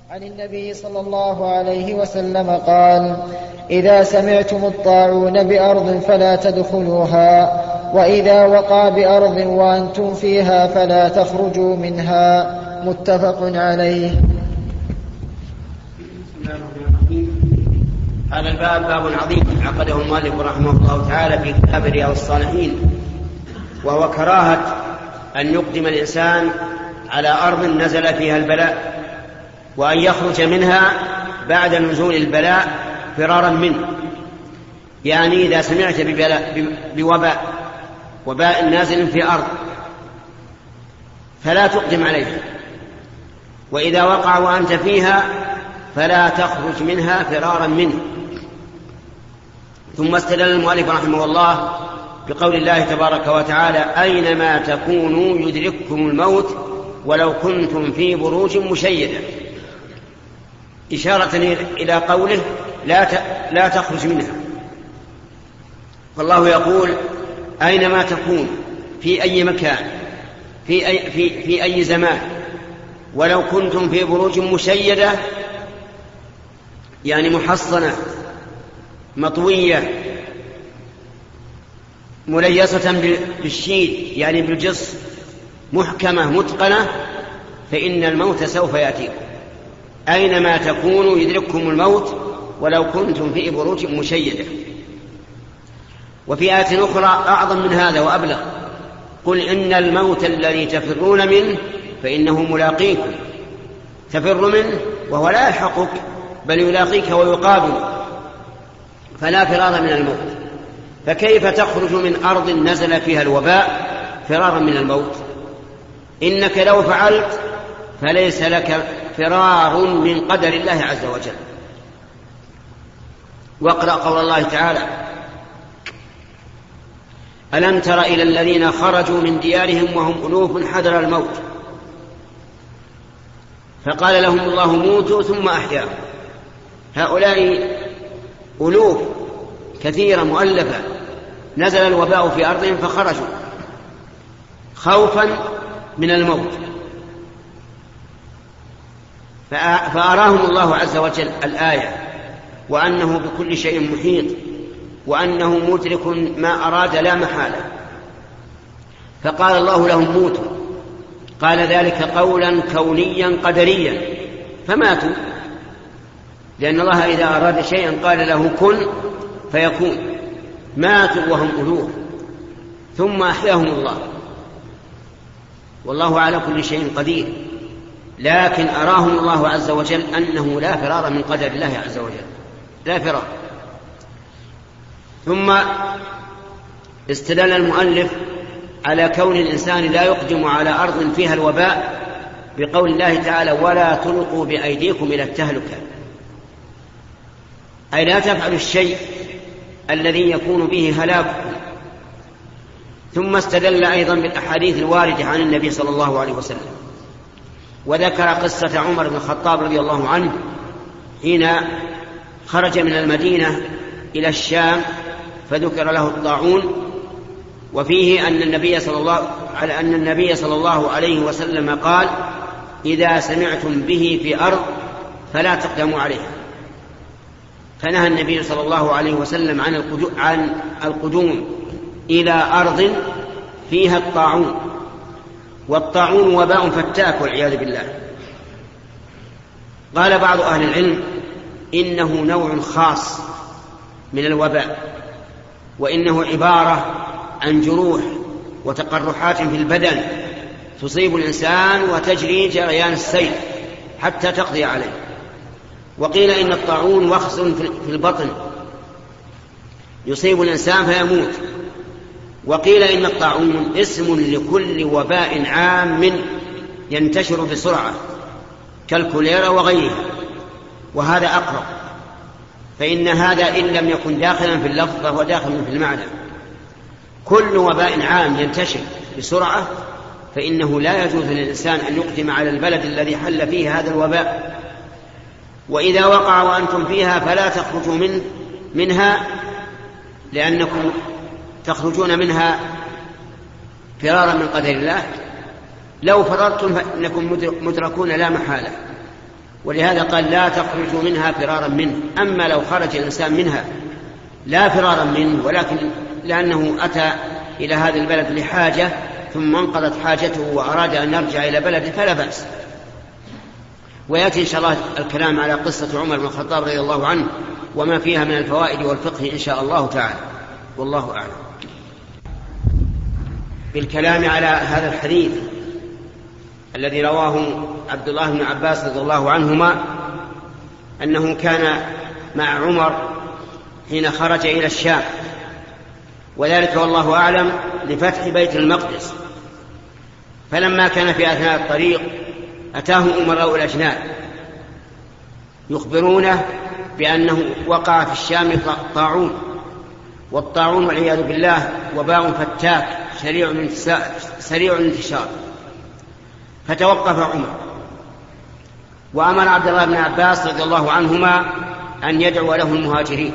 عن النبي صلى الله عليه وسلم قال: إذا سمعتم الطاعون بأرض فلا تدخلوها، وإذا وقع بأرض وأنتم فيها فلا تخرجوا منها. متفق عليه. هذا الباب باب عظيم عقده المؤلف رحمه الله تعالى في كتاب رياض الصالحين، وهو كراهة أن يقدم الإنسان على أرض نزل فيها البلاء، وأن يخرج منها بعد نزول البلاء فرارا منه. يعني إذا سمعت وباء نازل في أرض فلا تقدم عليها، وإذا وقع وأنت فيها فلا تخرج منها فرارا منه. ثم استدل المؤلف رحمه الله بقول الله تبارك وتعالى: أينما تكونوا يدرككم الموت ولو كنتم في بروج مشيدة، إشارة إلى قوله لا تخرج منها. فالله يقول: أينما تكون، في أي مكان، في أي زمان، ولو كنتم في بروج مشيدة، يعني محصنة مطوية مليسة بالشيد، يعني بالجص، محكمة متقنة، فإن الموت سوف يأتيكم. أينما تكونوا يدرككم الموت ولو كنتم في بروج مشيدة. وفي آية أخرى أعظم من هذا وأبلغ: قل إن الموت الذي تفرون منه فإنه ملاقيكم. تفر منه وهو لا يلحقك، بل يلاقيك ويقابل، فلا فرار من الموت. فكيف تخرج من أرض نزل فيها الوباء فرارا من الموت؟ إنك لو فعلت فليس لك فرار من قدر الله عز وجل. واقرأ قول الله تعالى: ألم تر إلى الذين خرجوا من ديارهم وهم ألوف حذر الموت فقال لهم الله موتوا ثم أحياهم. هؤلاء ألوف كثيرة مؤلفة، نزل الوباء في أرضهم فخرجوا خوفا من الموت، فأراهم الله عز وجل الآية، وأنه بكل شيء محيط، وأنه مدرك ما أراد لا محالة، فقال الله لهم موتوا. قال ذلك قولا كونيا قدريا، فماتوا، لأن الله إذا أراد شيئا قال له كن فيكون. ماتوا وهم ألوف، ثم أحياهم الله، والله على كل شيء قدير. لكن أراهم الله عز وجل أنه لا فرار من قدر الله عز وجل، لا فرار. ثم استدل المؤلف على كون الإنسان لا يقدم على أرض فيها الوباء بقول الله تعالى: ولا تلقوا بأيديكم إلى التهلكة، أي لا تفعلوا الشيء الذي يكون به هلاككم. ثم استدل أيضا بالأحاديث الواردة عن النبي صلى الله عليه وسلم، وذكر قصة عمر بن الخطاب رضي الله عنه حين خرج من المدينة إلى الشام فذكر له الطاعون، وفيه أن النبي صلى الله عليه وسلم قال: إذا سمعتم به في أرض فلا تقدموا عليها. فنهى النبي صلى الله عليه وسلم عن القدوم إلى أرض فيها الطاعون، والطاعون وباء فتاك والعياذ بالله. قال بعض أهل العلم إنه نوع خاص من الوباء، وإنه عبارة عن جروح وتقرحات في البدن تصيب الإنسان وتجري جريان السيل حتى تقضي عليه. وقيل إن الطاعون وخز في البطن يصيب الإنسان فيموت. وقيل إن الطاعون اسم لكل وباء عام ينتشر بسرعة كالكوليرا وغيرها، وهذا أقرب، فإن هذا إن لم يكن داخلا في اللفظ فهو داخل في المعنى. كل وباء عام ينتشر بسرعة فإنه لا يجوز للإنسان أن يقدم على البلد الذي حل فيه هذا الوباء. وإذا وقع وأنتم فيها فلا تخرجوا منها، لأنكم تخرجون منها فرارا من قدر الله. لو فررتم فإنكم مدركون لا محالة. ولهذا قال لا تخرجوا منها فرارا منه. أما لو خرج الإنسان منها لا فرارا منه، ولكن لأنه أتى إلى هذا البلد لحاجة ثم انقضت حاجته وأراد أن يرجع إلى بلده فلا بأس. ويأتي إن شاء الله الكلام على قصة عمر بن الخطاب رضي الله عنه وما فيها من الفوائد والفقه إن شاء الله تعالى، والله أعلم. بالكلام على هذا الحديث الذي رواه عبد الله بن عباس رضي الله عنهما أنه كان مع عمر حين خرج إلى الشام، وذلك والله أعلم لفتح بيت المقدس. فلما كان في أثناء الطريق أتاه أمراء الأجناد يخبرونه بأنه وقع في الشام طاعون، والطاعون والعياذ بالله وباء فتاك سريع الانتشار. فتوقف عمر وأمر عبد الله بن عباس رضي الله عنهما أن يدعو له المهاجرين،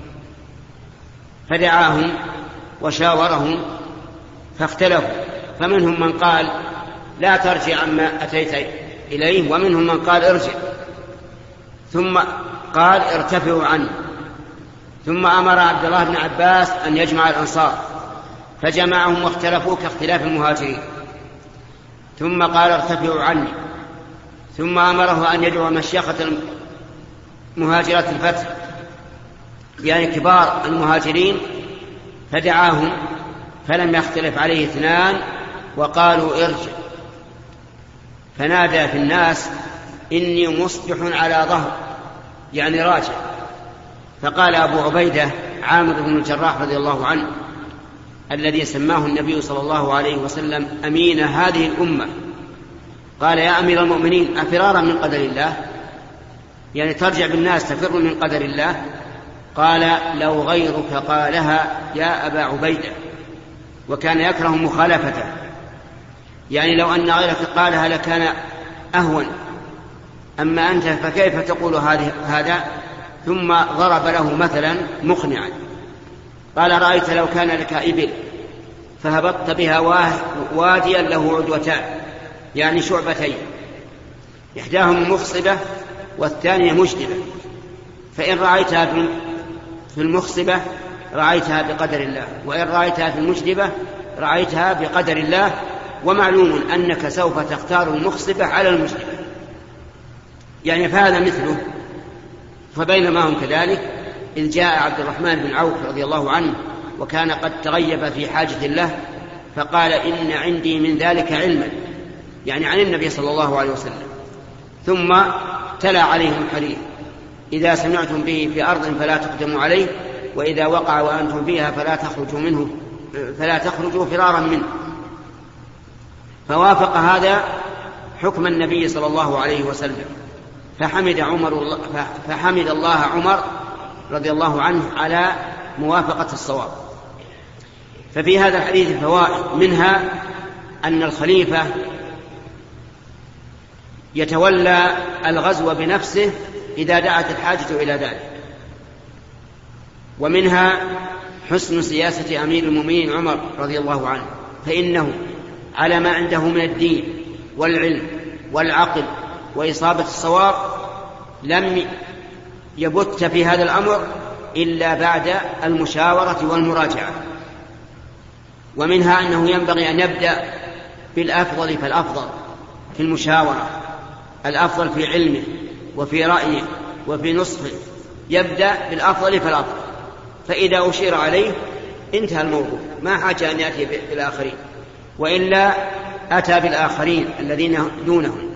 فدعاهم وشاورهم فاختلفوا، فمنهم من قال لا ترجع عما أتيت إليه، ومنهم من قال ارجع، ثم قال ارتفعوا عني. ثم أمر عبد الله بن عباس أن يجمع الأنصار فجمعهم واختلفوا كاختلاف المهاجرين، ثم قال ارتفعوا عني. ثم أمره أن يدعو مشيخة مهاجرة الفتح يعني كبار المهاجرين فدعاهم، فلم يختلف عليه اثنان وقالوا ارجع. فنادى في الناس إني مصبح على ظهر يعني راجع. فقال أبو عبيدة عامر بن الجراح رضي الله عنه الذي سماه النبي صلى الله عليه وسلم أمين هذه الأمة قال يا أمير المؤمنين أفرارا من قدر الله، يعني ترجع بالناس تفر من قدر الله؟ قال لو غيرك قالها يا أبا عبيدة، وكان يكره مخالفته، يعني لو أن غيرك قالها لكان أهون، أما أنت فكيف تقول هذا؟ ثم ضرب له مثلا مقنعا قال رأيت لو كان لك إبل فهبطت بها واديا له عدوتان يعني شعبتين، إحداهم مخصبة والثانية مجدبة، فإن رأيتها في المخصبة رأيتها بقدر الله، وإن رأيتها في المجدبة رأيتها بقدر الله، ومعلوم أنك سوف تختار المخصبة على المجدبة، يعني فهذا مثله. فبينما هم كذلك إذ جاء عبد الرحمن بن عوف رضي الله عنه وكان قد تغيب في حاجة له فقال إن عندي من ذلك علما، يعني عن النبي صلى الله عليه وسلم. ثم تلا عليهم الحديث إذا سمعتم به في أرض فلا تقدموا عليه، وإذا وقع وأنتم فيها فلا تخرجوا فرارا منه. فوافق هذا حكم النبي صلى الله عليه وسلم، فحمد الله عمر رضي الله عنه على موافقة الصواب. ففي هذا الحديث فوائد، منها أن الخليفة يتولى الغزو بنفسه إذا دعت الحاجة إلى ذلك. ومنها حسن سياسة أمير المؤمنين عمر رضي الله عنه، فإنه على ما عنده من الدين والعلم والعقل وإصابة الصواب لم يبت في هذا الأمر إلا بعد المشاورة والمراجعة. ومنها أنه ينبغي أن يبدأ بالأفضل فالأفضل في المشاورة، الأفضل في علمه وفي رأيه وفي نصحه، يبدأ بالأفضل فالأفضل، فإذا أشير عليه انتهى الموضوع، ما حاجة أن يأتي بالآخرين، وإلا أتى بالآخرين الذين دونهم.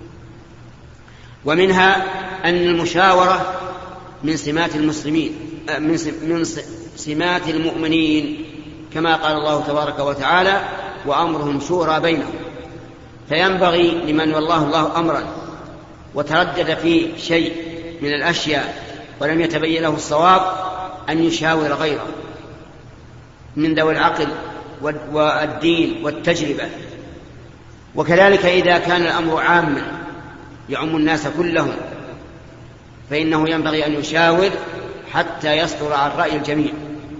ومنها أن المشاورة من سمات المسلمين من سمات المؤمنين، كما قال الله تبارك وتعالى وأمرهم شورى بينهم. فينبغي لمن والله الله أمرا وتردد في شيء من الأشياء ولم يتبين له الصواب أن يشاور غيره من ذوي العقل والدين والتجربة. وكذلك إذا كان الأمر عاما يعم الناس كلهم فإنه ينبغي أن يشاور حتى يصدر عن رأي الجميع.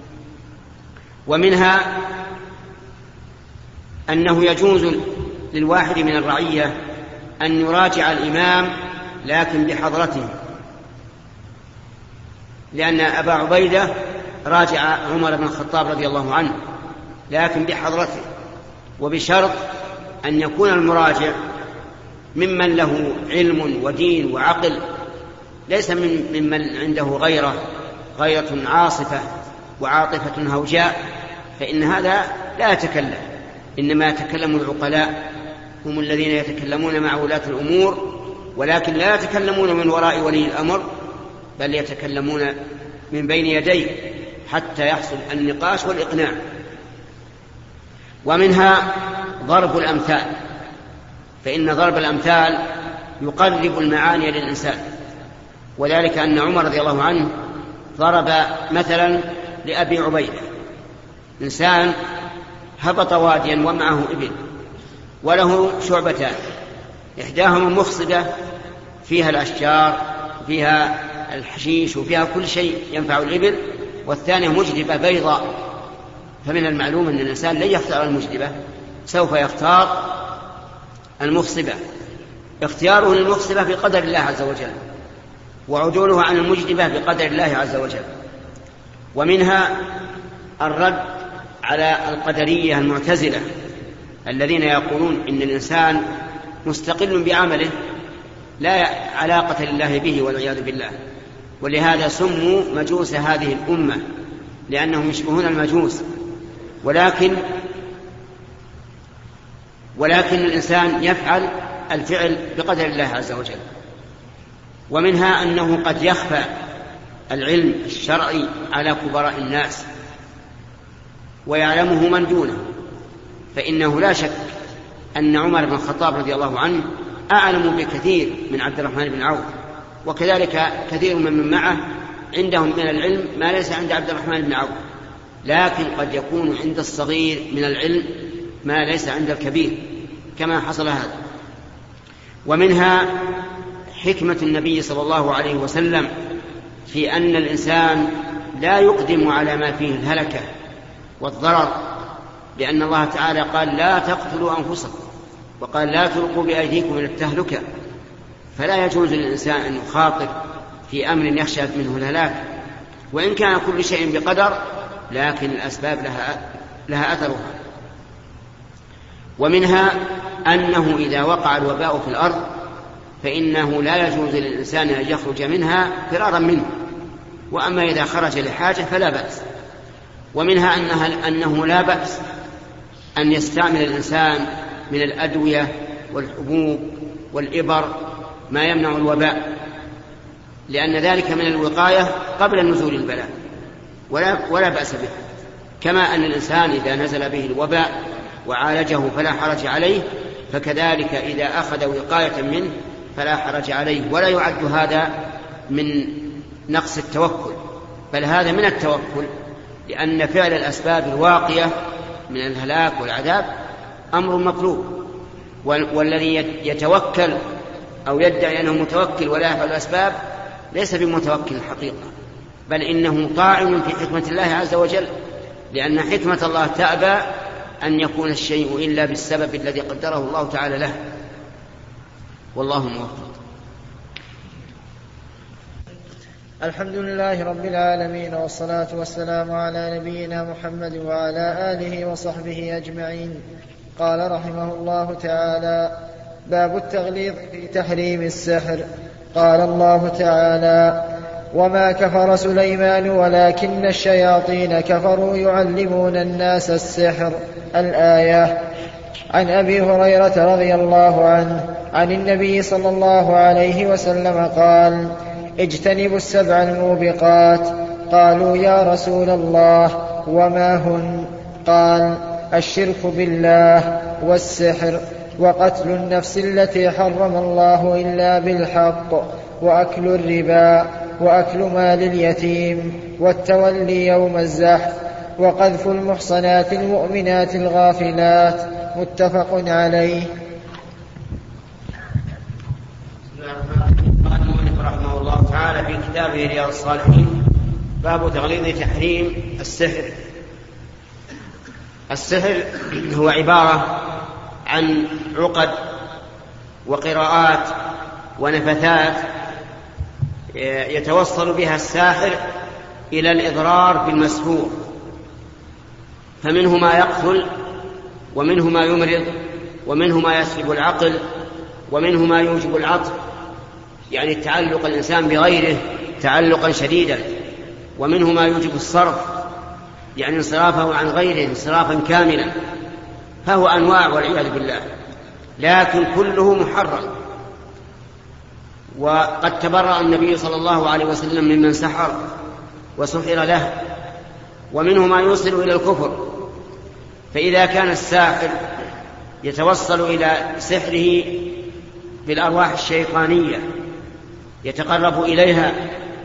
ومنها أنه يجوز للواحد من الرعية أن يراجع الإمام لكن بحضرته، لأن أبا عبيدة راجع عمر بن الخطاب رضي الله عنه، لكن بحضرته، وبشرط أن يكون المراجع ممن له علم ودين وعقل، ليس ممن عنده غيرة عاصفة وعاطفة هوجاء، فإن هذا لا يتكلم. إنما يتكلم العقلاء، هم الذين يتكلمون مع ولاة الأمور، ولكن لا يتكلمون من وراء ولي الأمر، بل يتكلمون من بين يديه حتى يحصل النقاش والإقناع. ومنها ضرب الأمثال، فإن ضرب الأمثال يقرب المعاني للإنسان، وذلك أن عمر رضي الله عنه ضرب مثلا لأبي عبيدة. إنسان هبط واديا ومعه إبل وله شعبتان، إحداهما مخصبة فيها الأشجار فيها الحشيش وفيها كل شيء ينفع الإبل، والثانية مجدبة بيضاء. فمن المعلوم أن الإنسان لن يختار المجدبة، سوف يختار المخصبة. اختياره للمخصبة بقدر الله عز وجل، وعدوله عن المجدبة بقدر الله عز وجل. ومنها الرد على القدرية المعتزلة الذين يقولون إن الإنسان مستقل بعمله لا علاقة لله به والعياذ بالله، ولهذا سموا مجوس هذه الأمة، لأنهم يشبهون المجوس. ولكن الإنسان يفعل الفعل بقدر الله عز وجل. ومنها أنه قد يخفى العلم الشرعي على كبراء الناس ويعلمه من دونه، فإنه لا شك أن عمر بن الخطاب رضي الله عنه أعلم بكثير من عبد الرحمن بن عوف، وكذلك كثير من معه عندهم من العلم ما ليس عند عبد الرحمن بن عوف، لكن قد يكون عند الصغير من العلم ما ليس عند الكبير، كما حصل هذا. ومنها حكمة النبي صلى الله عليه وسلم في أن الإنسان لا يقدم على ما فيه الهلكة والضرر، لأن الله تعالى قال لا تقتلوا أنفسكم، وقال لا تلقوا بأيديكم إلى التهلكة. فلا يجوز للإنسان أن يخاطر في أمر يخشى منه الهلاك، وإن كان كل شيء بقدر، لكن الأسباب لها أثرها. ومنها أنه إذا وقع الوباء في الأرض فإنه لا يجوز للإنسان أن يخرج منها فرارا منه، وأما إذا خرج لحاجة فلا بأس. ومنها أنه لا بأس أن يستعمل الإنسان من الأدوية والحبوب والإبر ما يمنع الوباء، لأن ذلك من الوقاية قبل نزول البلاء، ولا بأس به. كما أن الإنسان إذا نزل به الوباء وعالجه فلا حرج عليه، فكذلك إذا أخذ وقاية منه فلا حرج عليه، ولا يعد هذا من نقص التوكل، بل هذا من التوكل، لأن فعل الأسباب الواقية من الهلاك والعذاب أمر مطلوب. والذي يتوكل أو يدعي أنه متوكل ولا يفعل الأسباب ليس بمتوكل الحقيقة، بل إنه طاعن في حكمة الله عز وجل، لأن حكمة الله تأبى أن يكون الشيء إلا بالسبب الذي قدره الله تعالى له، والله موفق. الحمد لله رب العالمين، والصلاة والسلام على نبينا محمد وعلى آله وصحبه أجمعين. قال رحمه الله تعالى: باب التغليظ في تحريم السحر. قال الله تعالى: وما كفر سليمان ولكن الشياطين كفروا يعلمون الناس السحر. الآية. عن أبي هريرة رضي الله عنه عن النبي صلى الله عليه وسلم قال: اجتنبوا السبع الموبقات. قالوا: يا رسول الله وما هن؟ قال: الشرك بالله، والسحر، وقتل النفس التي حرم الله إلا بالحق، وأكل الربا، وأكل مال اليتيم، والتولي يوم الزحف، وقذف المحصنات المؤمنات الغافلات. متفق عليه. رحمه الله تعالى في كتابه رياض الصالحين باب تغليظ تحريم السحر. السحر هو عبارة عن عقد وقراءات ونفثات يتوصل بها الساحر إلى الإضرار بالمسحور، فمنه ما يقتل، ومنه ما يمرض، ومنه ما يسلب العقل، ومنه ما يوجب العطف، يعني تعلق الإنسان بغيره تعلقا شديدا، ومنه ما يوجب الصرف، يعني انصرافه عن غيره انصرافا كاملا. فهو أنواع والعياذ بالله، لكن كله محرم. وقد تبرأ النبي صلى الله عليه وسلم ممن سحر وسحر له، ومنه ما يوصل إلى الكفر. فإذا كان الساحر يتوصل إلى سحره بالأرواح الشيطانية يتقرب إليها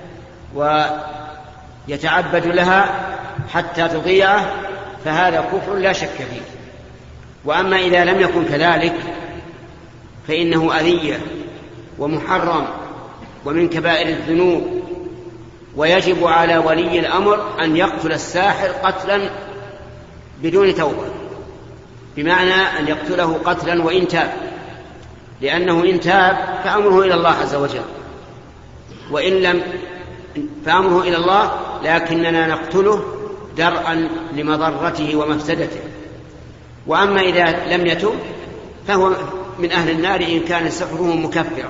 ويتعبد لها حتى تضيعه، فهذا كفر لا شك فيه. وأما إذا لم يكن كذلك فإنه أذية ومحرم ومن كبائر الذنوب، ويجب على ولي الأمر أن يقتل الساحر قتلا بدون توبة، بمعنى أن يقتله قتلا وإن تاب، لأنه إن تاب فأمره إلى الله عز وجل، وإن لم فأمره إلى الله، لكننا نقتله درءا لمضرته ومفسدته. وأما إذا لم يتب فهو من أهل النار إن كان سحره مكفرا،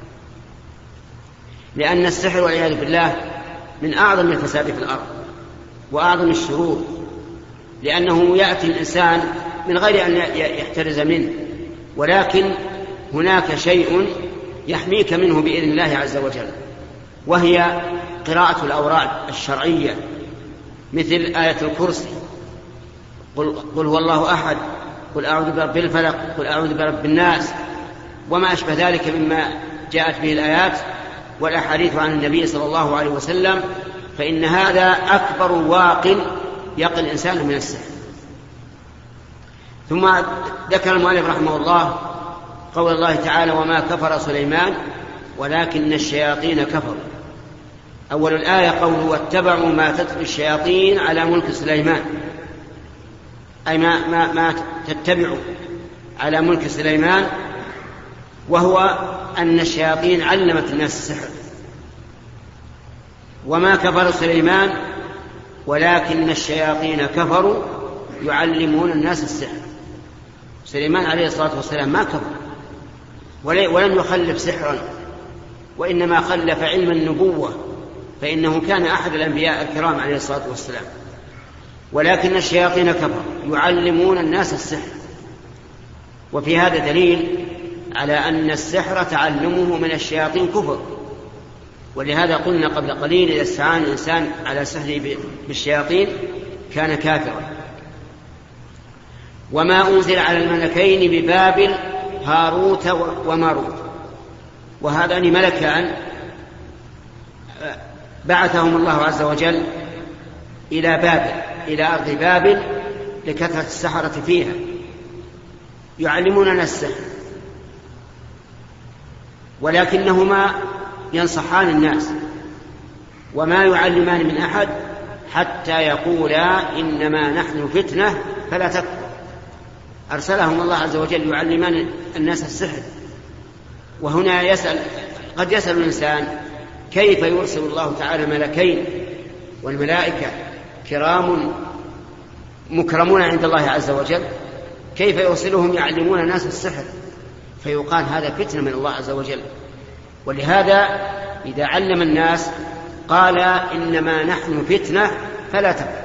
لأن السحر والعياذ بالله من أعظم الفساد في الأرض وأعظم الشرور، لأنه يأتي الإنسان من غير أن يحترز منه، ولكن هناك شيء يحميك منه بإذن الله عز وجل، وهي قراءة الأوراد الشرعية مثل آية الكرسي، قل هو الله أحد، قل أعوذ برب الفلق، قل أعوذ برب الناس، وما أشبه ذلك مما جاءت به الآيات والأحاديث عن النبي صلى الله عليه وسلم. فإن هذا أكبر واق يقي الإنسان من السحر. ثم ذكر المؤلف رحمه الله قول الله تعالى: وما كفر سليمان ولكن الشياطين كفروا. أول الآية قوله: واتبعوا ما تتلو الشياطين على ملك سليمان، أي ما تتبعوا على ملك سليمان، وهو أن الشياطين علمت الناس السحر. وما كفر سليمان ولكن الشياطين كفروا يعلمون الناس السحر. سليمان عليه الصلاة والسلام ما كفر ولم يخلف سحرا، وإنما خلف علم النبوة، فإنه كان أحد الأنبياء الكرام عليه الصلاة والسلام. ولكن الشياطين كفروا يعلمون الناس السحر. وفي هذا دليل على أن السحر تعلمه من الشياطين كفر، ولهذا قلنا قبل قليل: إذا استعان الإنسان على سحره بالشياطين كان كافرا. وما أنزل على الملكين ببابل هاروت وماروت، وهذان ملكان بعثهم الله عز وجل إلى بابل، إلى أرض بابل، لكثرة السحرة فيها يعلموننا السحر، ولكنهما ينصحان الناس وما يعلمان من أحد حتى يقولا إنما نحن فتنة فلا تكفر. أرسلهم الله عز وجل يعلمان الناس السحر. وهنا قد يسأل الإنسان: كيف يرسل الله تعالى ملكين والملائكة كرام مكرمون عند الله عز وجل، كيف يرسلهم يعلمون الناس السحر؟ فيقال هذا فتنة من الله عز وجل. ولهذا إذا علم الناس قال: إنما نحن فتنة فلا تكفر.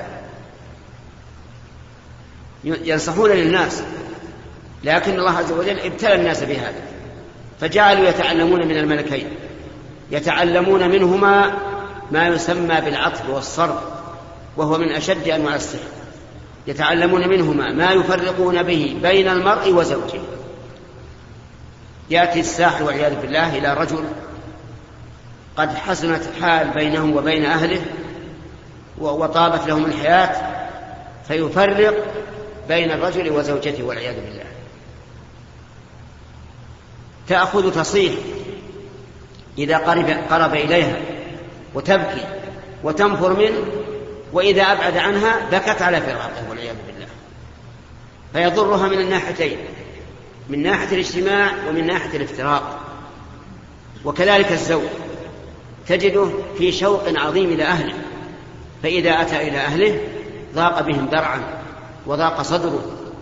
ينصحون للناس، لكن الله عز وجل ابتلى الناس بهذا، فجعلوا يتعلمون من الملكين، يتعلمون منهما ما يسمى بالعطف والصرف، وهو من أشد أنواع السحر. يتعلمون منهما ما يفرقون به بين المرء وزوجه. يأتي الساحر والعياذ بالله إلى رجل قد حسنت حال بينه وبين أهله وطابت لهم الحياة، فيفرق بين الرجل وزوجته والعياذ بالله. تأخذ تصيح إذا قرب إليها وتبكي وتنفر منه، وإذا أبعد عنها بكت على فراقه والعياذ بالله. فيضرها من الناحيتين، من ناحية الاجتماع ومن ناحية الافتراق. وكذلك الزوج تجده في شوق عظيم إلى أهله، فإذا أتى إلى أهله ضاق بهم ذرعا وضاق صدره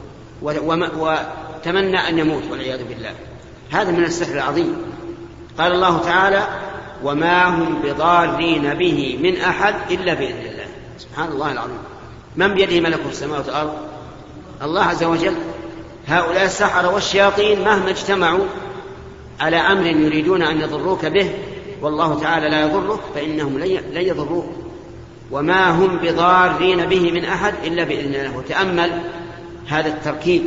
وتمنى أن يموت والعياذ بالله. هذا من السحر العظيم. قال الله تعالى: وما هم بضارين به من أحد إلا بإذن الله. سبحان الله العظيم. من بيده ملكوت السماوات والأرض؟ الله عز وجل. هؤلاء السحرة والشياطين مهما اجتمعوا على أمر يريدون أن يضروك به والله تعالى لا يضرك فإنهم لن يضروك. وما هم بضارين به من أحد إلا بإذن الله. وتأمل هذا التركيب،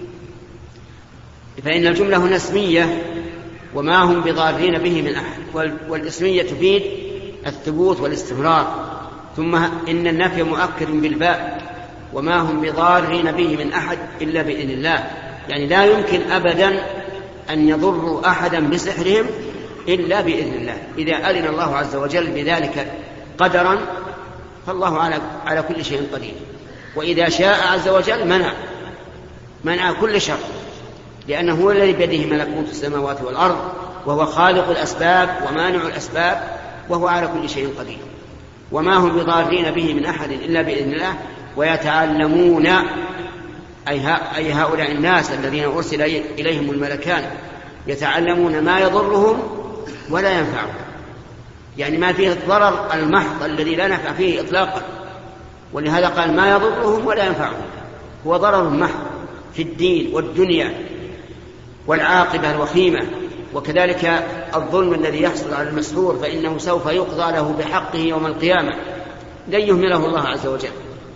فإن الجملة هنا اسمية، وما هم بضارين به من أحد، والاسمية تفيد الثبوت والاستمرار، ثم إن النفي مؤكد بالباء، وما هم بضارين به من أحد إلا بإذن الله، يعني لا يمكن أبدا أن يضروا أحدا بسحرهم إلا بإذن الله. إذا أذن الله عز وجل بذلك قدرا فالله على كل شيء قدير، وإذا شاء عز وجل منع كل شر، لأنه هو الذي بيده ملكوت السماوات والأرض، وهو خالق الأسباب ومانع الأسباب، وهو على كل شيء قدير. وما هم بضارين به من أحد إلا بإذن الله. ويتعلمون أي هؤلاء الناس الذين أرسل إليهم الملكان يتعلمون ما يضرهم ولا ينفعهم، يعني ما فيه الضرر المحض الذي لا نفع فيه إطلاقا، ولهذا قال ما يضرهم ولا ينفعهم، هو ضرر محض في الدين والدنيا والعاقبة الوخيمة. وكذلك الظلم الذي يحصل على المسحور فإنه سوف يقضى له بحقه يوم القيامة، لن يهمله الله عز وجل.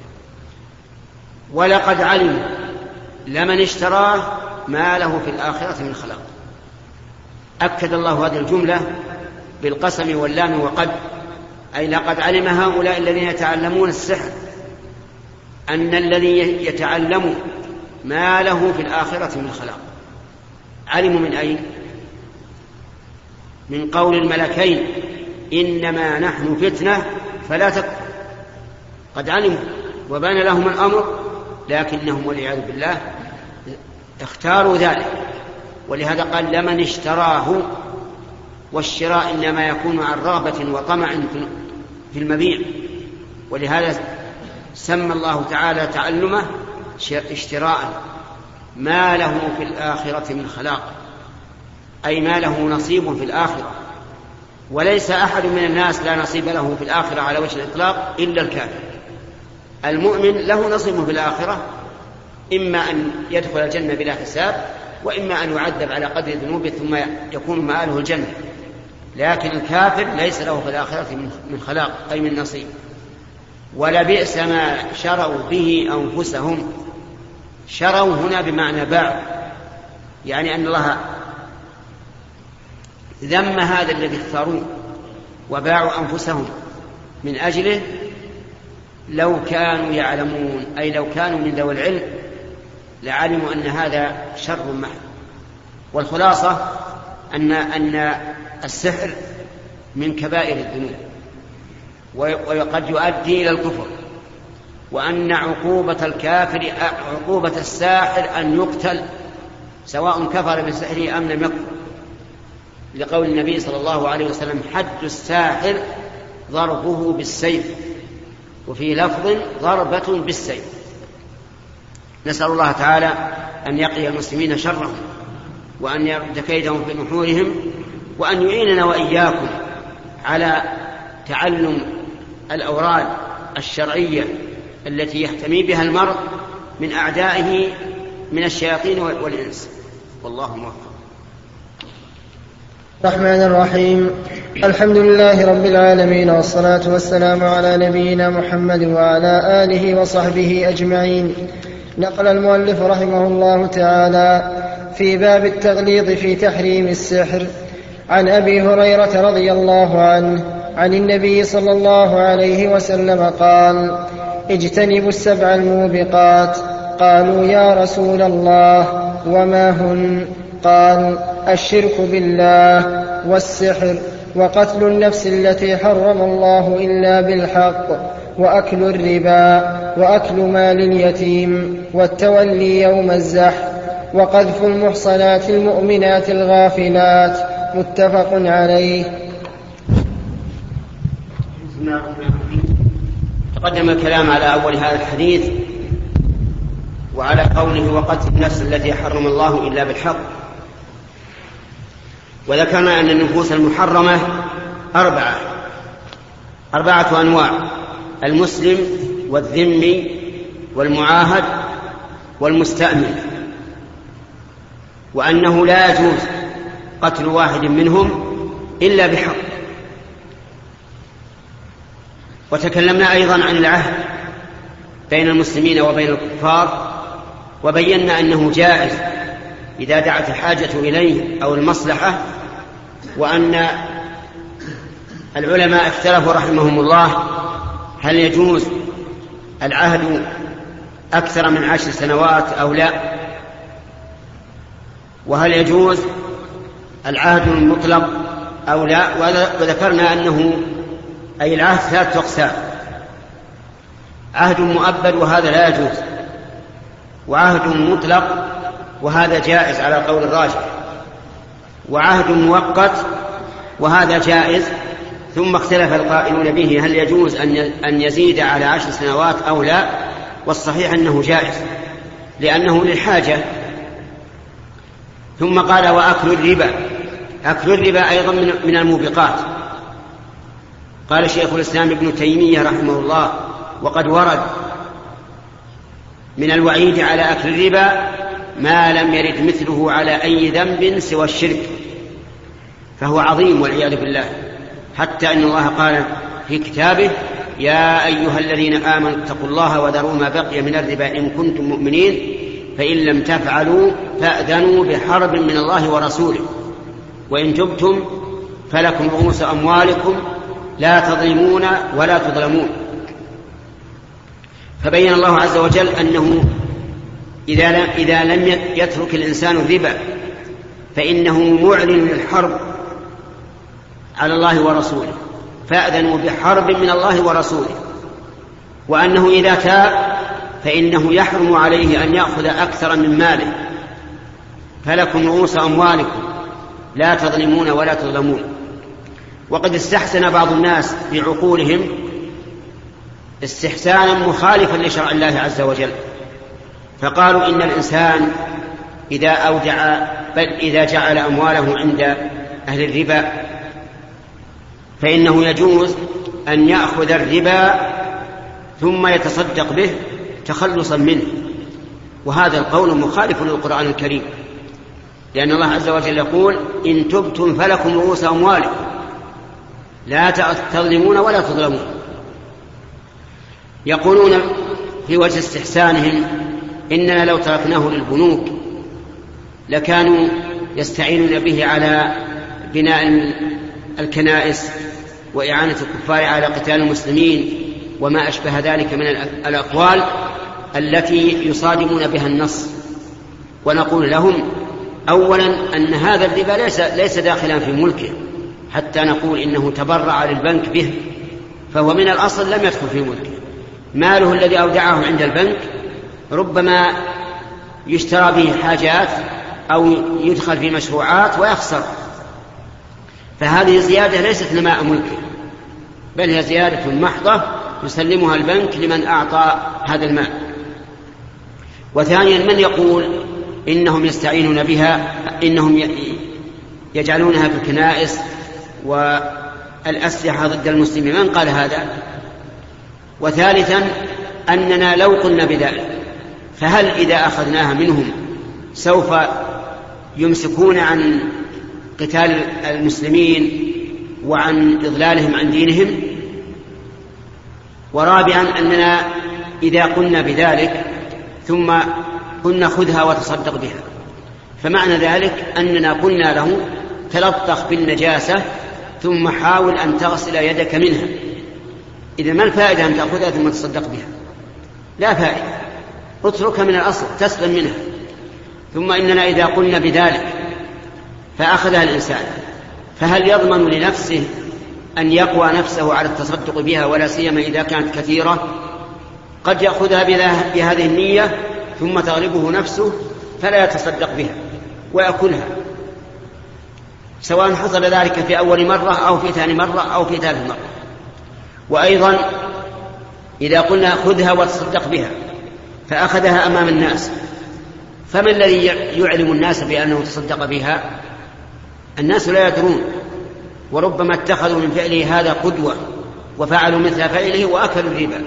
ولقد علم لمن اشتراه ما له في الآخرة من خلاق. أكد الله هذه الجملة بالقسم واللام وقد، أي لقد علم هؤلاء الذين يتعلمون السحر أن الذي يتعلم ما له في الآخرة من خلاق. علموا من أين؟ من قول الملكين إنما نحن فتنة فلا تكفر. قد علموا وبان لهم الأمر، لكنهم والعياذ بالله اختاروا ذلك، ولهذا قال لمن اشتراه، والشراء إنما يكون عن رغبة وطمع في المبيع، ولهذا سمى الله تعالى تعلمه اشتراء. ما له في الآخرة من خلاق، أي ما له نصيب في الآخرة. وليس أحد من الناس لا نصيب له في الآخرة على وجه الإطلاق إلا الكافر. المؤمن له نصيب في الآخرة، إما أن يدخل الجنة بلا حساب، وإما أن يعذب على قدر ذنوبه ثم يكون مآله الجنة. لكن الكافر ليس له في الآخرة من خلاق، أي من نصيب. ولبئس ما شروا به أنفسهم. شروا هنا بمعنى باع، يعني أن الله ذم هذا الذي اختاروه وباعوا أنفسهم من أجله. لو كانوا يعلمون، أي لو كانوا من ذوي العلم لعلموا أن هذا شر محض. والخلاصة أن السحر من كبائر الذنوب وقد يؤدي إلى الكفر، وأن عقوبة الكافر عقوبة الساحر أن يقتل سواء كفر بسحره أم لم يكفر، لقول النبي صلى الله عليه وسلم حد الساحر ضربه بالسيف، وفي لفظ ضربة بالسيف. نسأل الله تعالى أن يقي المسلمين شرهم، وأن يرد كيدهم في نحورهم، وأن يعيننا وإياكم على تعلم الأوراد الشرعية التي يحتمي بها المرء من أعدائه من الشياطين والإنس. والله موفق. الرحمن الرحيم. الحمد لله رب العالمين، والصلاة والسلام على نبينا محمد وعلى آله وصحبه أجمعين. نقل المؤلف رحمه الله تعالى في باب التغليظ في تحريم السحر عن أبي هريرة رضي الله عنه عن النبي صلى الله عليه وسلم قال: اجتنبوا السبع الموبقات. قالوا: يا رسول الله وما هن؟ قال: الشرك بالله، والسحر، وقتل النفس التي حرم الله إلا بالحق، وأكل الربا، وأكل مال اليتيم، والتولي يوم الزحف، وقذف المحصنات المؤمنات الغافلات متفق عليه. تقدم الكلام على أول هذا الحديث وعلى قوله وقتل النفس التي حرم الله إلا بالحق، وذكرنا أن النفوس المحرمة أربعة أنواع: المسلم والذمي والمعاهد والمستأمن، وأنه لا يجوز قتل واحد منهم إلا بحق. وتكلمنا أيضا عن العهد بين المسلمين وبين الكفار، وبينا أنه جائز إذا دعت الحاجة إليه أو المصلحة، وأن العلماء اختلفوا رحمهم الله هل يجوز العهد أكثر من 10 سنوات أو لا، وهل يجوز العهد المطلق أو لا. وذكرنا أنه أي العهد 3 أقسام: عهد مؤبد وهذا لا يجوز، وعهد مطلق وهذا جائز على قول الراجح، وعهد مؤقت وهذا جائز. ثم اختلف القائلون به هل يجوز أن يزيد على 10 سنوات أو لا، والصحيح أنه جائز لأنه للحاجة. ثم قال وأكل الربا. أكل الربا أيضا من الموبقات. قال شيخ الإسلام ابن تيمية رحمه الله وقد ورد من الوعيد على أكل الربا ما لم يرد مثله على أي ذنب سوى الشرك، فهو عظيم والعياذ بالله، حتى أن الله قال في كتابه يا أيها الذين آمنوا اتقوا الله وذروا ما بقي من الربا إن كنتم مؤمنين فإن لم تفعلوا فأذنوا بحرب من الله ورسوله وإن تبتم فلكم رؤوس أموالكم لا تظلمون ولا تظلمون. فبين الله عز وجل أنه إذا لم يترك الإنسان الربا فإنه معلن الحرب على الله ورسوله، فأذنوا بحرب من الله ورسوله، وأنه إذا تاب فإنه يحرم عليه أن يأخذ أكثر من ماله، فلكم رؤوس أموالكم لا تظلمون ولا تظلمون. وقد استحسن بعض الناس بعقولهم استحسانا مخالفا لشرع الله عز وجل، فقالوا إن الإنسان إذا أودع بل إذا جعل أمواله عند أهل الربا فإنه يجوز أن يأخذ الربا ثم يتصدق به تخلصا منه، وهذا القول مخالف للقرآن الكريم، لأن الله عز وجل يقول إن تبتم فلكم رؤوس أموالكم لا تظلمون ولا تظلمون. يقولون في وجه استحسانهم إننا لو تركناه للبنوك لكانوا يستعينون به على بناء الكنائس وإعانة الكفار على قتال المسلمين وما أشبه ذلك من الأقوال التي يصادمون بها النص. ونقول لهم أولا أن هذا الربا ليس داخلا في ملكه حتى نقول إنه تبرع للبنك به، فهو من الأصل لم يدخل في ملكه. ماله الذي أودعه عند البنك ربما يشترى به حاجات أو يدخل في مشروعات ويخسر، فهذه زيادة ليست نماء ملكه، بل هي زيادة محضة يسلمها البنك لمن أعطى هذا المال. وثانيا من يقول إنهم يستعينون بها، إنهم يجعلونها في الكنائس والأسلحة ضد المسلمين، من قال هذا؟ وثالثا أننا لو قلنا بذلك فهل إذا أخذناها منهم سوف يمسكون عن قتال المسلمين وعن إضلالهم عن دينهم؟ ورابعا أننا إذا قلنا بذلك ثم قلنا خذها وتصدق بها، فمعنى ذلك أننا قلنا له تلطخ بالنجاسة ثم حاول أن تغسل يدك منها. إذا ما الفائدة أن تأخذها ثم تصدق بها؟ لا فائدة، اتركها من الأصل تسلم منها. ثم إننا إذا قلنا بذلك فأخذها الإنسان فهل يضمن لنفسه أن يقوى نفسه على التصدق بها، ولا سيما إذا كانت كثيرة؟ قد يأخذها بهذه النية ثم تغلبه نفسه فلا يتصدق بها ويأكلها. سواء حصل ذلك في أول مرة أو في ثاني مرة أو في ثالث مرة. وأيضا إذا قلنا خذها وتصدق بها فأخذها أمام الناس، فما الذي يعلم الناس بأنه تصدق بها؟ الناس لا يدرون، وربما اتخذوا من فعله هذا قدوة وفعلوا مثل فعله وأكلوا الربا.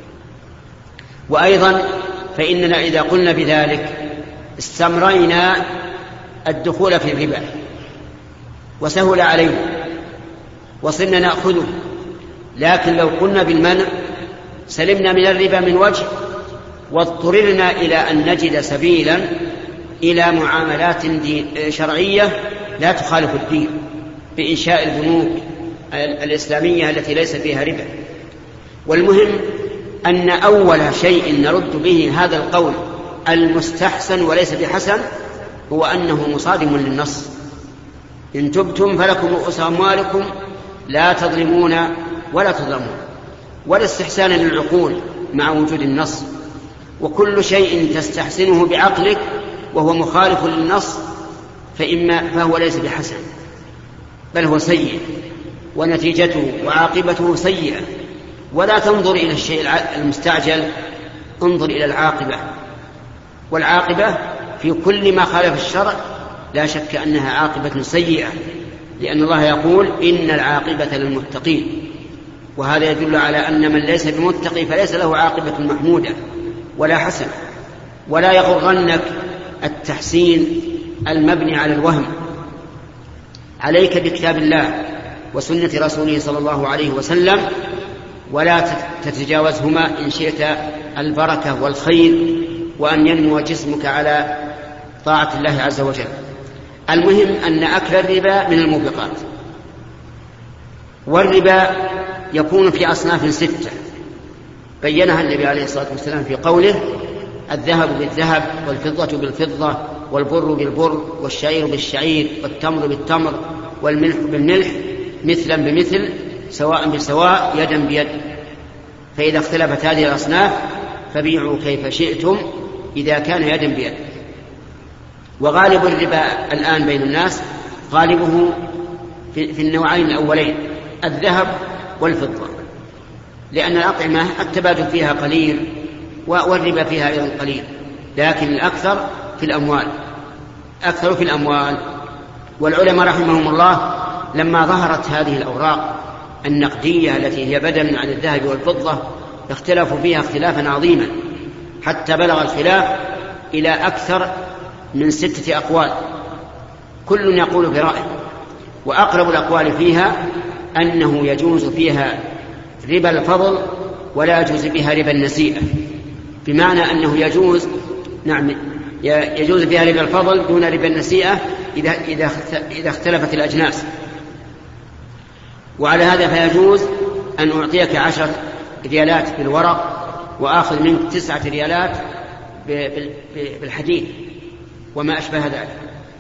وأيضا فإننا إذا قلنا بذلك استمرينا الدخول في الربا وسهل عليه وصرنا نأخذه، لكن لو قلنا بالمنع سلمنا من الربا من وجه، واضطررنا إلى أن نجد سبيلا إلى معاملات شرعية لا تخالف الدين بإنشاء البنوك الإسلامية التي ليس فيها ربا. والمهم أن أول شيء نرد به هذا القول المستحسن وليس بحسن هو أنه مصادم للنص: إن تبتم فلكم رؤوس أموالكم لا تظلمون ولا تظلمون، ولا استحسان للعقول مع وجود النص. وكل شيء تستحسنه بعقلك وهو مخالف للنص فهو ليس بحسن، بل هو سيء ونتيجته وعاقبته سيئة. ولا تنظر إلى الشيء المستعجل، انظر إلى العاقبة، والعاقبة في كل ما خالف الشرع لا شك أنها عاقبة سيئة، لأن الله يقول إن العاقبة للمتقين، وهذا يدل على أن من ليس بمتقي فليس له عاقبة محمودة ولا حسنة. ولا يغرنك التحسين المبني على الوهم، عليك بكتاب الله وسنة رسوله صلى الله عليه وسلم، ولا تتجاوزهما إن شئت البركة والخير وأن ينمو جسمك على طاعة الله عز وجل. المهم أن أكل الربا من الموبقات. والربا يكون في أصناف 6 بينها النبي عليه الصلاة والسلام في قوله: الذهب بالذهب والفضة بالفضة والبر بالبر والشعير بالشعير والتمر بالتمر والملح بالملح مثلا بمثل سواء بسواء يدا بيد، فإذا اختلفت هذه الأصناف فبيعوا كيف شئتم إذا كان يدا بيد. وغالب الربا الآن بين الناس غالبه في النوعين الأولين: الذهب والفضة، لأن الأطعمة التبادل فيها قليل والربا فيها أيضا قليل، لكن الأكثر في الأموال، أكثر في الأموال. والعلماء رحمهم الله لما ظهرت هذه الأوراق النقدية التي هي بدل عن الذهب والفضة اختلفوا فيها اختلافا عظيما، حتى بلغ الخلاف إلى أكثر من 6 أقوال، كل يقول برأيه. وأقرب الأقوال فيها أنه يجوز فيها ربا الفضل ولا يجوز بها ربا النسيئة، بمعنى أنه يجوز فيها ربا الفضل دون ربا النسيئة إذا اختلفت الأجناس. وعلى هذا فيجوز أن أعطيك 10 ريالات بالورق وآخذ منك 9 ريالات بالحديد وما أشبه ذلك،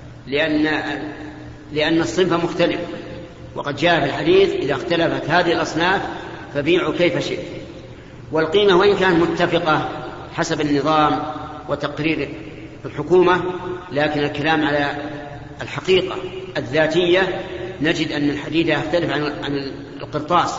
لأن الصنف مختلف. وقد جاء في الحديث: إذا اختلفت هذه الأصناف فبيعوا كيف شئت. والقيمة وإن كانت متفقة حسب النظام وتقرير الحكومة، لكن الكلام على الحقيقة الذاتية نجد أن الحديد يختلف عن القرطاس،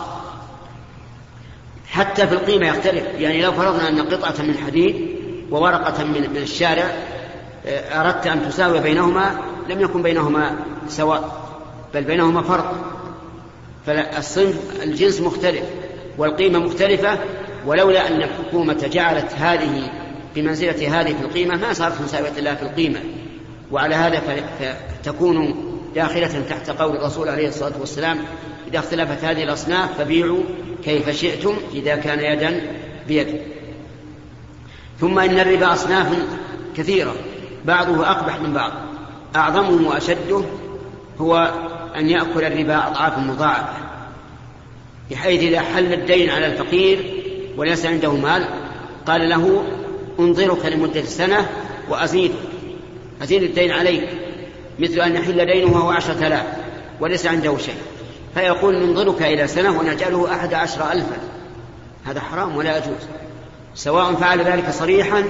حتى في القيمة يختلف. يعني لو فرضنا أن قطعة من حديد وورقة من الشارع أردت أن تساوي بينهما لم يكن بينهما سواء، بل بينهما فرق. فالصنف الجنس مختلف والقيمة مختلفة، ولولا أن الحكومة جعلت هذه بمنزلة هذه في القيمة ما صارت مساوية لها في القيمة. وعلى هذا فتكون داخلة تحت قول الرسول عليه الصلاة والسلام: إذا اختلفت هذه الأصناف فبيعوا كيف شئتم إذا كان يدا بيد. ثم إن الربا أصناف كثيرة بعضه أقبح من بعض، أعظمه وأشده هو أن يأكل الربا أضعاف مضاعفة، بحيث إذا حل الدين على الفقير وليس عنده مال قال له: انظرك لمدة 1 وأزيد الدين عليك، مثل أن يحل دينه وهو 10,000 وليس عنده شيء، فيقول: ننظرك إلى 1 ونجعله 11,000. هذا حرام ولا يجوز، سواء فعل ذلك صريحا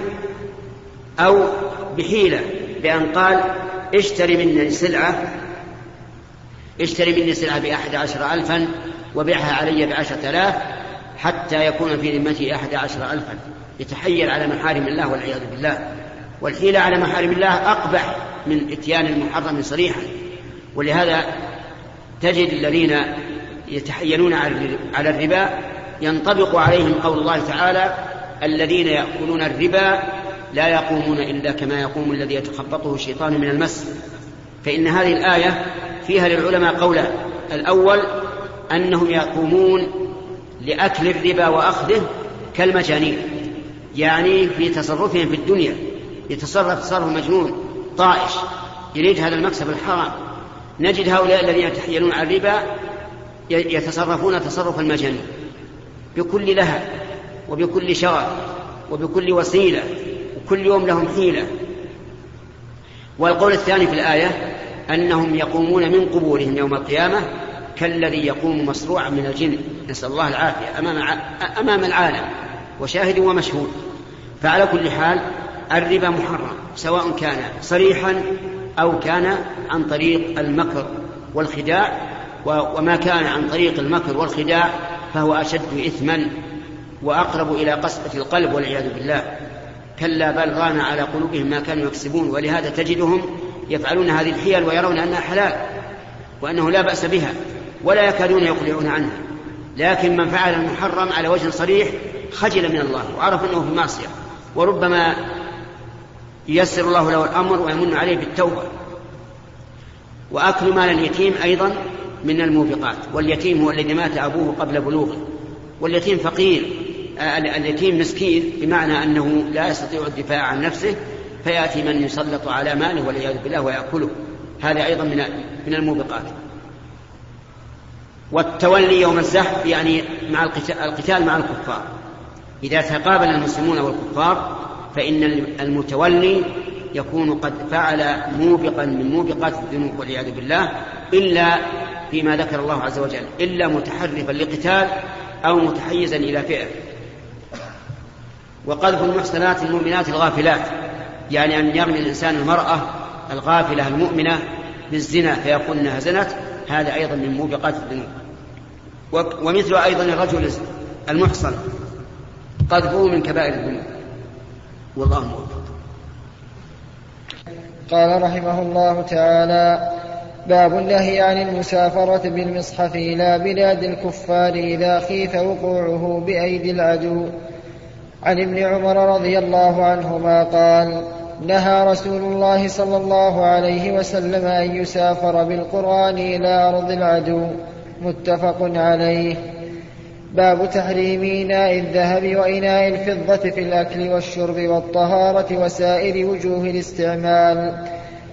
أو بحيلة، بأن قال: اشتري مني سلعة اشتري مني سلعة ب11,000 وبيعها علي ب10,000 حتى يكون في ذمتي 11,000. يتحيل على محارم الله والعياذ بالله. والحيلة على محارم الله أقبح من إتيان المحرم صريحا. ولهذا تجد الذين يتحيلون على الربا ينطبق عليهم قول الله تعالى: الذين يأكلون الربا لا يقومون إلا كما يقوم الذي يتخبطه الشيطان من المس. فإن هذه الآية فيها للعلماء قولان: الأول أنهم يقومون لأكل الربا وأخذه كالمجانين، يعني في تصرفهم في الدنيا يتصرف تصرف مجنون طائش يريد هذا المكسب الحرام. نجد هؤلاء الذين يتحيلون على الربا يتصرفون تصرف المجانين بكل لهب وبكل شغف وبكل وسيلة، وكل يوم لهم حيلة. والقول الثاني في الآية أنهم يقومون من قبورهم يوم القيامة كالذي يقوم مصروعا من الجن، نسأل الله العافية، أمام العالم وشاهد ومشهود. فعلى كل حال الربا محرم، سواء كان صريحا أو كان عن طريق المكر والخداع، وما كان عن طريق المكر والخداع فهو أشد إثما وأقرب إلى قسوة القلب والعياذ بالله. كلا بل ران على قلوبهم ما كانوا يكسبون. ولهذا تجدهم يفعلون هذه الحيل ويرون أنها حلال وأنه لا بأس بها ولا يكادون يقلعون عنها. لكن من فعل المحرم على وجه صريح خجل من الله وعرف أنه في معصية، وربما ييسر الله له الأمر ويمن عليه بالتوبة. وأكل مال اليتيم أيضا من الموبقات. واليتيم هو الذي مات أبوه قبل بلوغه، واليتيم فقير، اليتيم مسكين، بمعنى أنه لا يستطيع الدفاع عن نفسه، فيأتي من يسلط على ماله والعياذ بالله ويأكله. هذا أيضا من الموبقات. والتولي يوم الزحف يعني مع القتال مع الكفار. إذا تقابل المسلمون والكفار فإن المتولي يكون قد فعل موبقا من موبقات الذنوب والعياذ بالله، إلا فيما ذكر الله عز وجل، إلا متحرفا لقتال أو متحيزا إلى فئة. وقذف المحصنات المؤمنات الغافلات، يعني أن يرمي الإنسان المرأة الغافلة المؤمنة بالزنا فيقول أنها زنت، هذا أيضا من موبقات الذنوب. ومثل أيضا الرجل المحصن قذفه من كبائر الذنوب، والله موفق. قال رحمه الله تعالى: باب النهي عن المسافرة بالمصحف إلى بلاد الكفار إذا خيف وقوعه بأيدي العدو. عن ابن عمر رضي الله عنهما قال: نهى رسول الله صلى الله عليه وسلم أن يسافر بالقرآن إلى أرض العدو. متفق عليه. باب تحريم إناء الذهب وإناء الفضة في الأكل والشرب والطهارة وسائر وجوه الاستعمال.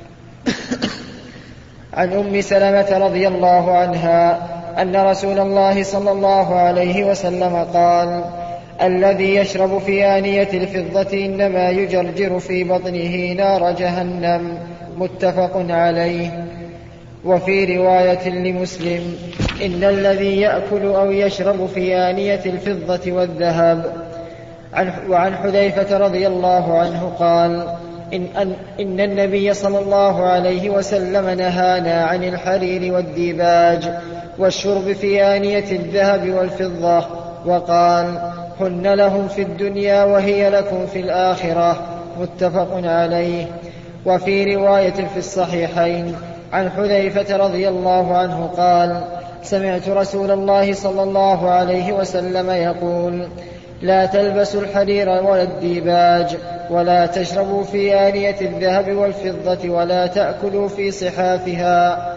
عن أم سلمة رضي الله عنها أن رسول الله صلى الله عليه وسلم قال: الذي يشرب في آنية الفضة إنما يجرجر في بطنه نار جهنم. متفق عليه. وفي رواية لمسلم: إن الذي يأكل أو يشرب في آنية الفضة والذهب. وعن حذيفة رضي الله عنه قال: إن النبي صلى الله عليه وسلم نهانا عن الحرير والديباج والشرب في آنية الذهب والفضة، وقال: هن لهم في الدنيا وهي لكم في الآخرة. متفق عليه. وفي رواية في الصحيحين عن حذيفة رضي الله عنه قال: سمعت رسول الله صلى الله عليه وسلم يقول: لا تلبسوا الحرير ولا الديباج، ولا تشربوا في آنية الذهب والفضة، ولا تأكلوا في صحافها.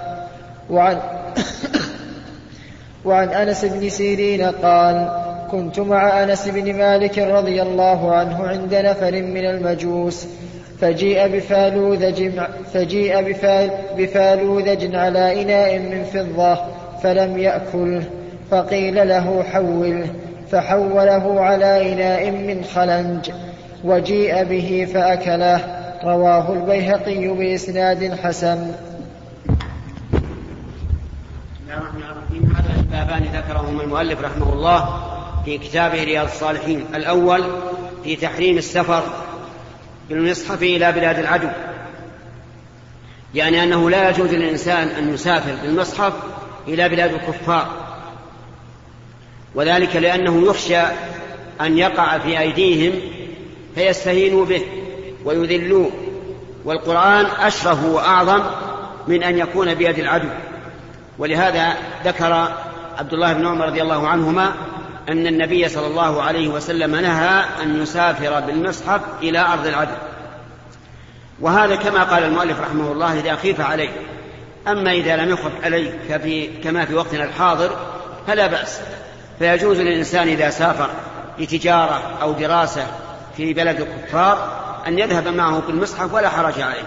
وعن أنس بن سيرين قال: كنت مع أنس بن مالك رضي الله عنه عند نفر من المجوس، فجيء بفالوذج على إناء من فضة فلم يأكله، فقيل له حوله، فحوله على إناء من خلنج، وجيء به فأكله. رواه البيهقي بإسناد حسن. هذا البابان ذكرهما المؤلف رحمه الله في كتابه رياض الصالحين. الأول في تحريم السفر بالمصحف إلى بلاد العدو، يعني أنه لا يجوز للإنسان أن يسافر بالمصحف إلى بلاد الكفار، وذلك لأنه يخشى أن يقع في أيديهم فيستهينوا به ويذلوه، والقرآن أشرف وأعظم من أن يكون بيد العدو. ولهذا ذكر عبد الله بن عمر رضي الله عنهما أن النبي صلى الله عليه وسلم نهى أن يسافر بالمصحف إلى أرض العدو، وهذا كما قال المؤلف رحمه الله إذا خيف عليه. أما إذا لم يخف عليه كما في وقتنا الحاضر فلا بأس، فيجوز للإنسان إذا سافر لتجارة أو دراسة في بلد الكفار أن يذهب معه بالمصحف ولا حرج عليه.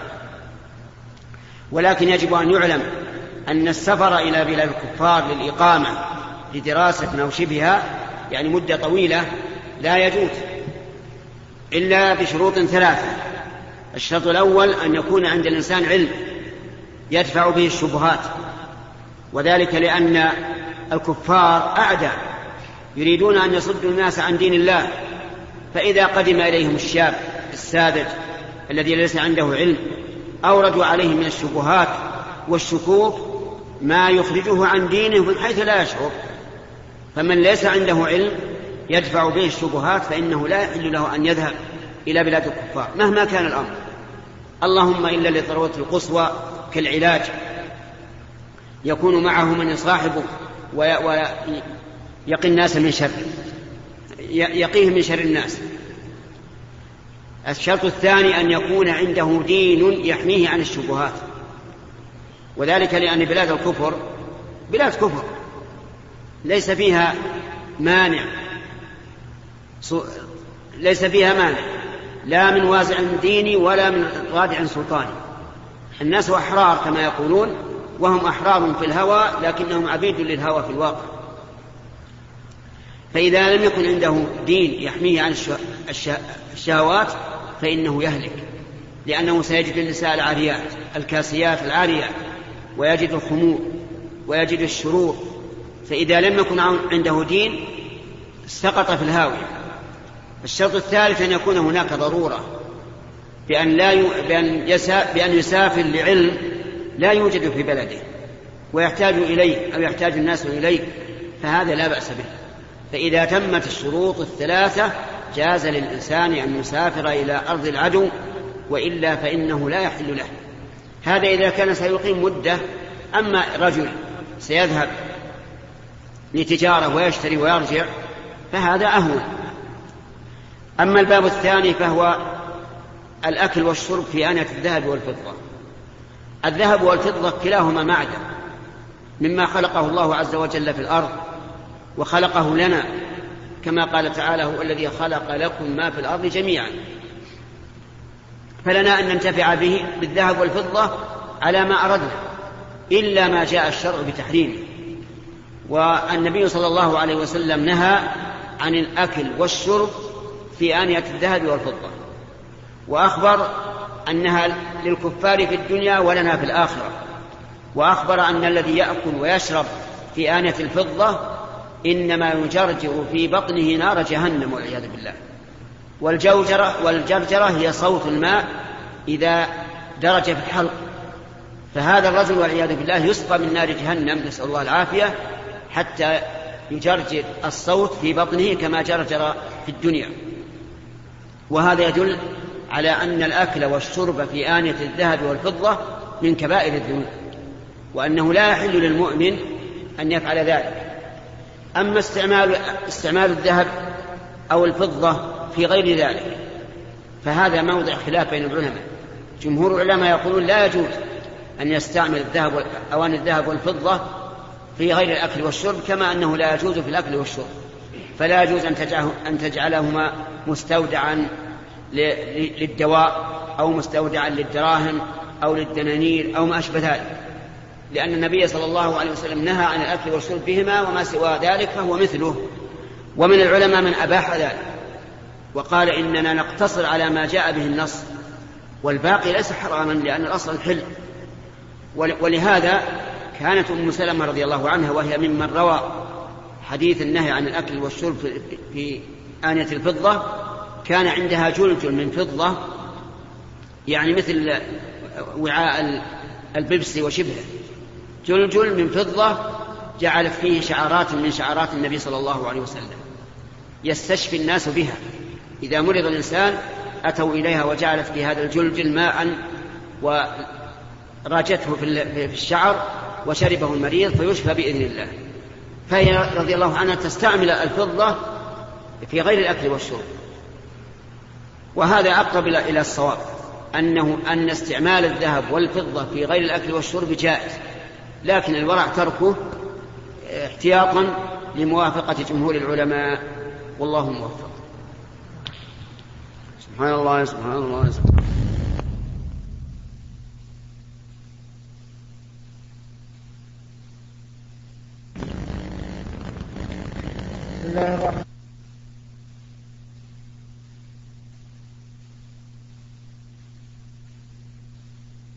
ولكن يجب أن يعلم أن السفر إلى بلاد الكفار للإقامة لدراسة أو شبهها يعني مدة طويلة لا يجوز إلا بشروط ثلاثة. الشرط الأول أن يكون عند الإنسان علم يدفع به الشبهات، وذلك لأن الكفار أعداء يريدون أن يصدوا الناس عن دين الله، فإذا قدم إليهم الشاب الساذج الذي ليس عنده علم أوردوا عليه من الشبهات والشكوك ما يخرجه عن دينه من حيث لا يشعر. فمن ليس عنده علم يدفع به الشبهات فإنه لا يحل له أن يذهب إلى بلاد الكفار مهما كان الأمر، اللهم إلا للضرورة القصوى كالعلاج يكون معه من يصاحبه ويقي الناس من شر، يقيه من شر الناس. الشرط الثاني أن يكون عنده دين يحميه عن الشبهات، وذلك لأن بلاد الكفر بلاد كفر ليس فيها مانع لا من وازع ديني ولا من رادع سلطاني. الناس أحرار كما يقولون، وهم أحرار في الهوى لكنهم عبيد للهوى في الواقع. فإذا لم يكن عنده دين يحميه عن الشهوات فإنه يهلك، لأنه سيجد النساء العاريات الكاسيات العاريات، ويجد الخمور ويجد الشرور. فإذا لم يكن عنده دين سقط في الهاوية. الشرط الثالث أن يكون هناك ضرورة بأن يسافر لعلم لا يوجد في بلده ويحتاج إليه أو يحتاج الناس إليه، فهذا لا بأس به. فإذا تمت الشروط الثلاثة جاز للإنسان أن يسافر إلى أرض العدو، وإلا فإنه لا يحل له. هذا إذا كان سيقيم مدة. أما رجل سيذهب لتجارة ويشتري ويرجع فهذا أهون. أما الباب الثاني فهو الأكل والشرب في آنية الذهب والفضة. الذهب والفضة كلاهما معدن مما خلقه الله عز وجل في الأرض وخلقه لنا، كما قال تعالى هو الذي خلق لكم ما في الأرض جميعا. فلنا أن ننتفع به بالذهب والفضة على ما أردنا إلا ما جاء الشرع بتحريمه. والنبي صلى الله عليه وسلم نهى عن الأكل والشرب في آنية الذهب والفضة، وأخبر أنها للكفار في الدنيا ولنا في الآخرة. وأخبر أن الذي يأكل ويشرب في آنية الفضة إنما يجرجر في بطنه نار جهنم والعياذ بالله. والجرجرة هي صوت الماء إذا درج في الحلق. فهذا الرجل والعياذ بالله يسقى من نار جهنم نسأل الله العافية حتى يجرجر الصوت في بطنه كما جرجر في الدنيا. وهذا يدل على أن الأكل والشرب في آنية الذهب والفضة من كبائر الذنوب، وأنه لا يحل للمؤمن أن يفعل ذلك. أما استعمال الذهب أو الفضة في غير ذلك فهذا موضع خلاف بين العلماء. جمهور العلماء يقولون لا يجوز أن يستعمل أواني الذهب والفضة في غير الأكل والشرب، كما أنه لا يجوز في الأكل والشرب. فلا يجوز أن تجعلهما مستودعا للدواء أو مستودعا للدراهم أو للدنانير أو ما أشبه ذلك، لأن النبي صلى الله عليه وسلم نهى عن الأكل والشرب بهما، وما سوى ذلك فهو مثله. ومن العلماء من أباح ذلك وقال إننا نقتصر على ما جاء به النص، والباقي ليس حراما لأن الأصل الحل. ولهذا كانت أم سلمة رضي الله عنها وهي ممن روى حديث النهي عن الأكل والشرب في آنية الفضة كان عندها جلجل من فضة، يعني مثل وعاء البيبسي وشبهه، جلجل من فضة جعل فيه شعارات من شعارات النبي صلى الله عليه وسلم يستشفي الناس بها. إذا مرض الإنسان أتوا إليها وجعلت في هذا الجلجل ماء وراجته في الشعر وشربه المريض فيشفى بإذن الله. فهي رضي الله عنها تستعمل الفضة في غير الأكل والشرب، وهذا أقرب إلى الصواب، أن استعمال الذهب والفضة في غير الأكل والشرب جائز، لكن الورع تركه احتياطا لموافقة جمهور العلماء، والله موفق. سبحان الله سبحان الله سبحان الله.